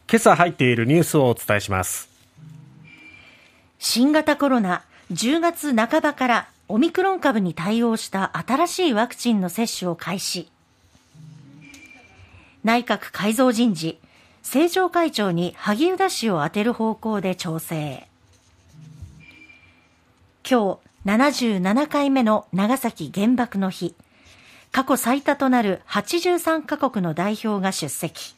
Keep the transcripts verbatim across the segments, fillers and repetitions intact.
今朝入っているニュースをお伝えします。 新型コロナ、じゅうがつなかばからオミクロン株に対応した新しいワクチンの接種を開始。内閣改造人事、政調会長に萩生田氏を充てる方向で調整。今日ななじゅうななかいめの長崎原爆の日、過去最多となるはちじゅうさんかこくの代表が出席。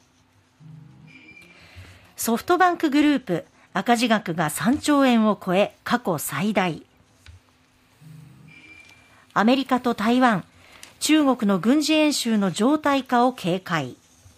ソフトバンクグループ、赤字額がさんちょうえんを超え過去最大。アメリカと台湾、中国の軍事演習の常態化を警戒。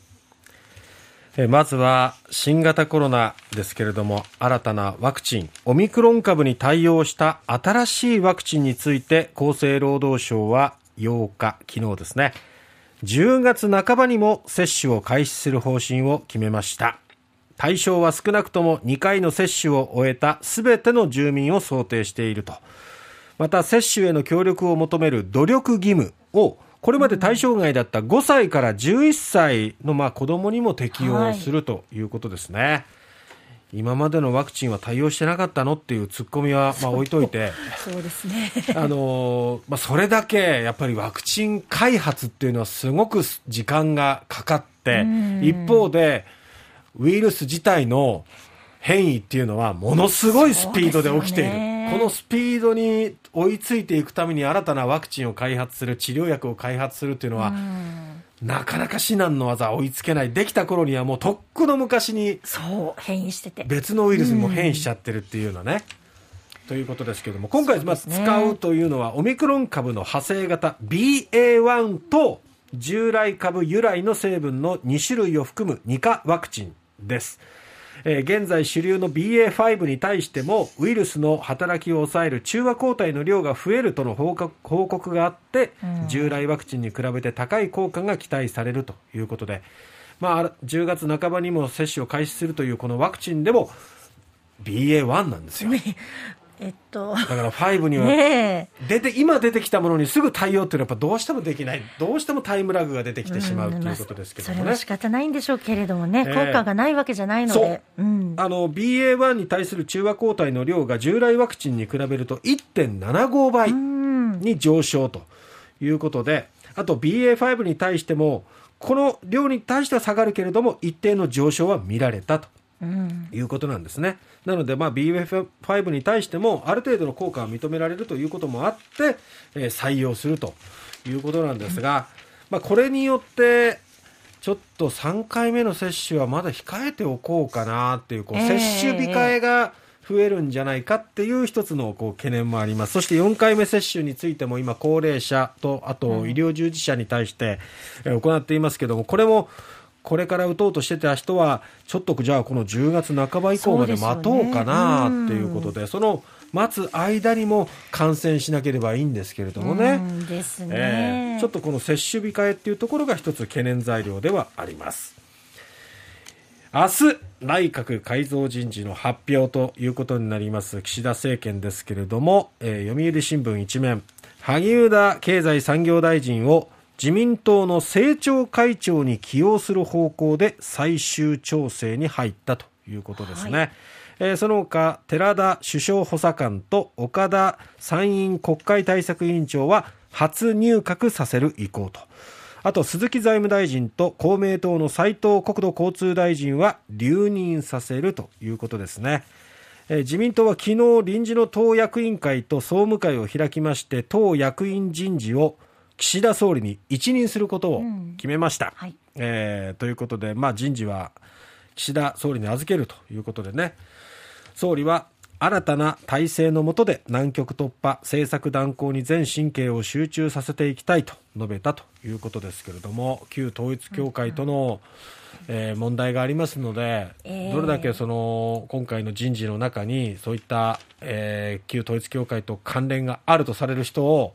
まずは新型コロナですけれども、新たなワクチン、オミクロン株に対応した新しいワクチンについて厚生労働省はようか、昨日ですね、じゅうがつなかばにも接種を開始する方針を決めました。対象は少なくともにかいの接種を終えたすべての住民を想定していると。また接種への協力を求める努力義務をこれまで対象外だったごさいからじゅういっさいのまあ子どもにも適用するということですね、はい、今までのワクチンは対応してなかったのっていうツッコミはまあ置いといて、 そうですね、 あのまあ、それだけやっぱりワクチン開発っていうのはすごく時間がかかって、一方でウイルス自体の変異っていうのはものすごいスピードで起きている、このスピードに追いついていくために新たなワクチンを開発する、治療薬を開発するっていうのはなかなか至難の技、追いつけない。できた頃にはもうとっくの昔にそう変異してて別のウイルスにも変異しちゃってるっていうようなね、ということですけども、今回まず使うというのはオミクロン株の派生型 ビーエーワン と従来株由来の成分のにしゅるいを含むにかワクチンです。えー、現在主流の ビーエーファイブ に対してもウイルスの働きを抑える中和抗体の量が増えるとの報告、報告があって、うん、従来ワクチンに比べて高い効果が期待されるということで、まあ、じゅうがつなかばにも接種を開始するというこのワクチンでも ビーエーワン なんですよ。 えっと、 だからごには出て、今出てきたものにすぐ対応っていうのはやっぱどうしてもできない、どうしてもタイムラグが出てきてしまうということですけどもね、 それは仕方ないんでしょうけれどもね、えー、効果がないわけじゃないので、 そう、うん、あの ビーエーワン に対する中和抗体の量が従来ワクチンに比べると いってんななごばいに上昇ということで、あと ビーエーファイブ に対してもこの量に対しては下がるけれども一定の上昇は見られたということなんですね。なので、まあ、ビーエーファイブ に対してもある程度の効果が認められるということもあって、えー、採用するということなんですが、まあ、これによってちょっとさんかいめの接種はまだ控えておこうかなっていう、こう接種控えが増えるんじゃないかっていう一つのこう懸念もあります。そしてよんかいめ接種についても今高齢者とあと医療従事者に対して行っていますけども、これもこれから打とうとしてた人はちょっとじゃあこのじゅうがつなかば以降まで待とうかなっていうことで、その待つ間にも感染しなければいいんですけれどもね、 うんですね、 えー、ちょっとこの接種控えっていうところが一つ懸念材料ではあります。明日内閣改造人事の発表ということになります岸田政権ですけれども、えー、読売新聞一面、萩生田経済産業大臣を自民党の政調会長に起用する方向で最終調整に入ったということですね、はい、えー、その他寺田首相補佐官と岡田参院国会対策委員長は初入閣させる意向と、あと鈴木財務大臣と公明党の斉藤国土交通大臣は留任させるということですね。えー、自民党は昨日臨時の党役員会と総務会を開きまして、党役員人事を岸田総理に一任することを決めました、うんはい、えー、ということで、まあ、人事は岸田総理に預けるということでね、総理は新たな体制の下で難局突破、政策断行に全神経を集中させていきたいと述べたということですけれども、旧統一教会との、うんえー、問題がありますので、えー、どれだけその今回の人事の中にそういった、えー、旧統一教会と関連があるとされる人を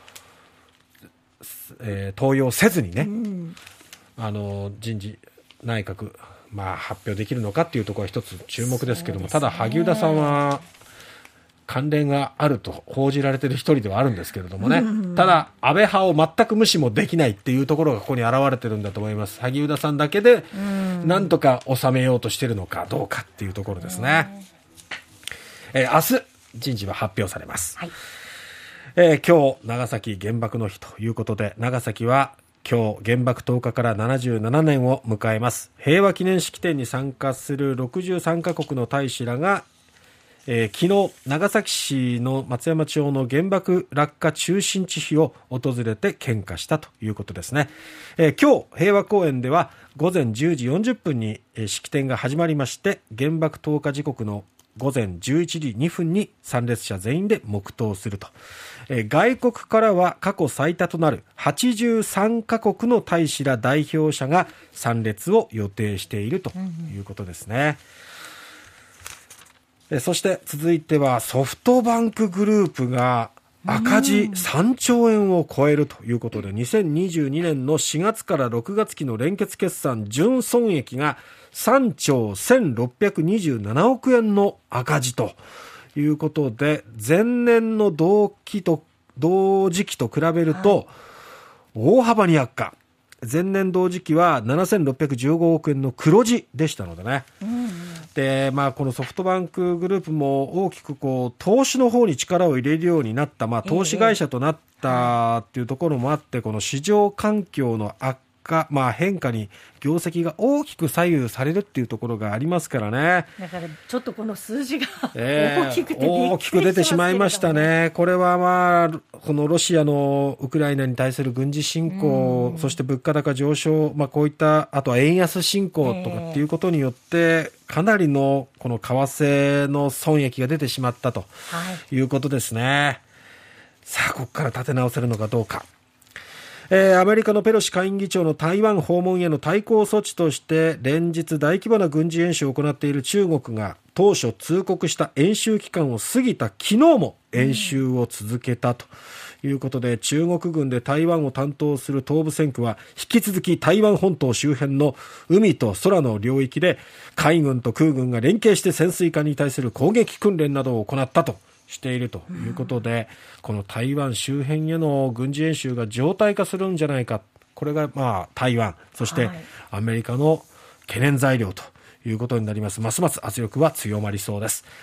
えー、登用せずにね、うん、あの人事内閣、まあ、発表できるのかっていうところは一つ注目ですけども、ただ萩生田さんは関連があると報じられている一人ではあるんですけれどもね、ただ安倍派を全く無視もできないっていうところがここに現れてるんだと思います。萩生田さんだけでなんとか収めようとしているのかどうかっていうところですね。えー、明日人事は発表されます、はい。えー、今日長崎原爆の日ということで、長崎は今日原爆投下からななじゅうななねんを迎えます。平和記念式典に参加するろくじゅうさんカ国の大使らが、えー、昨日長崎市の松山町の原爆落下中心地碑を訪れて献花したということですね。えー、今日平和公園では午前じゅうじよんじゅっぷんに、えー、式典が始まりまして、原爆投下時刻の午前じゅういちじにふんに参列者全員で黙祷すると。えー、外国からは過去最多となるはちじゅうさんカ国の大使ら代表者が参列を予定しているということですね。うんうん、そして続いてはソフトバンクグループが赤字さんちょうえんを超えるということで、にせんにじゅうにねんのしがつからろくがつ期の連結決算純損益がさんちょうせんろっぴゃくにじゅうななおくえんの赤字ということで、前年の同期と同時期と比べると大幅に悪化。前年同時期はななせんろっぴゃくじゅうごおくえんの黒字でしたのでね、うんうん、で、まあ、このソフトバンクグループも大きくこう投資の方に力を入れるようになった、まあ、投資会社となったっていうところもあって、この市場環境の悪化、まあ、変化に業績が大きく左右されるっていうところがありますからね。 だからちょっとこの数字が、 えー、 大きくて大きく出てしまいましたね。これはまあこのロシアのウクライナに対する軍事侵攻、そして物価高上昇、まあ、こういったあとは円安進行とかっていうことによってかなりのこの為替の損益が出てしまったということですね、はい、さあここから立て直せるのかどうか。えー、アメリカのペロシ下院議長の台湾訪問への対抗措置として連日大規模な軍事演習を行っている中国が当初通告した演習期間を過ぎた昨日も演習を続けたということで、中国軍で台湾を担当する東部戦区は引き続き台湾本島周辺の海と空の領域で海軍と空軍が連携して潜水艦に対する攻撃訓練などを行ったとしているということで、この台湾周辺への軍事演習が常態化するんじゃないか、これがまあ台湾そしてアメリカの懸念材料ということになります。ますます圧力は強まりそうです。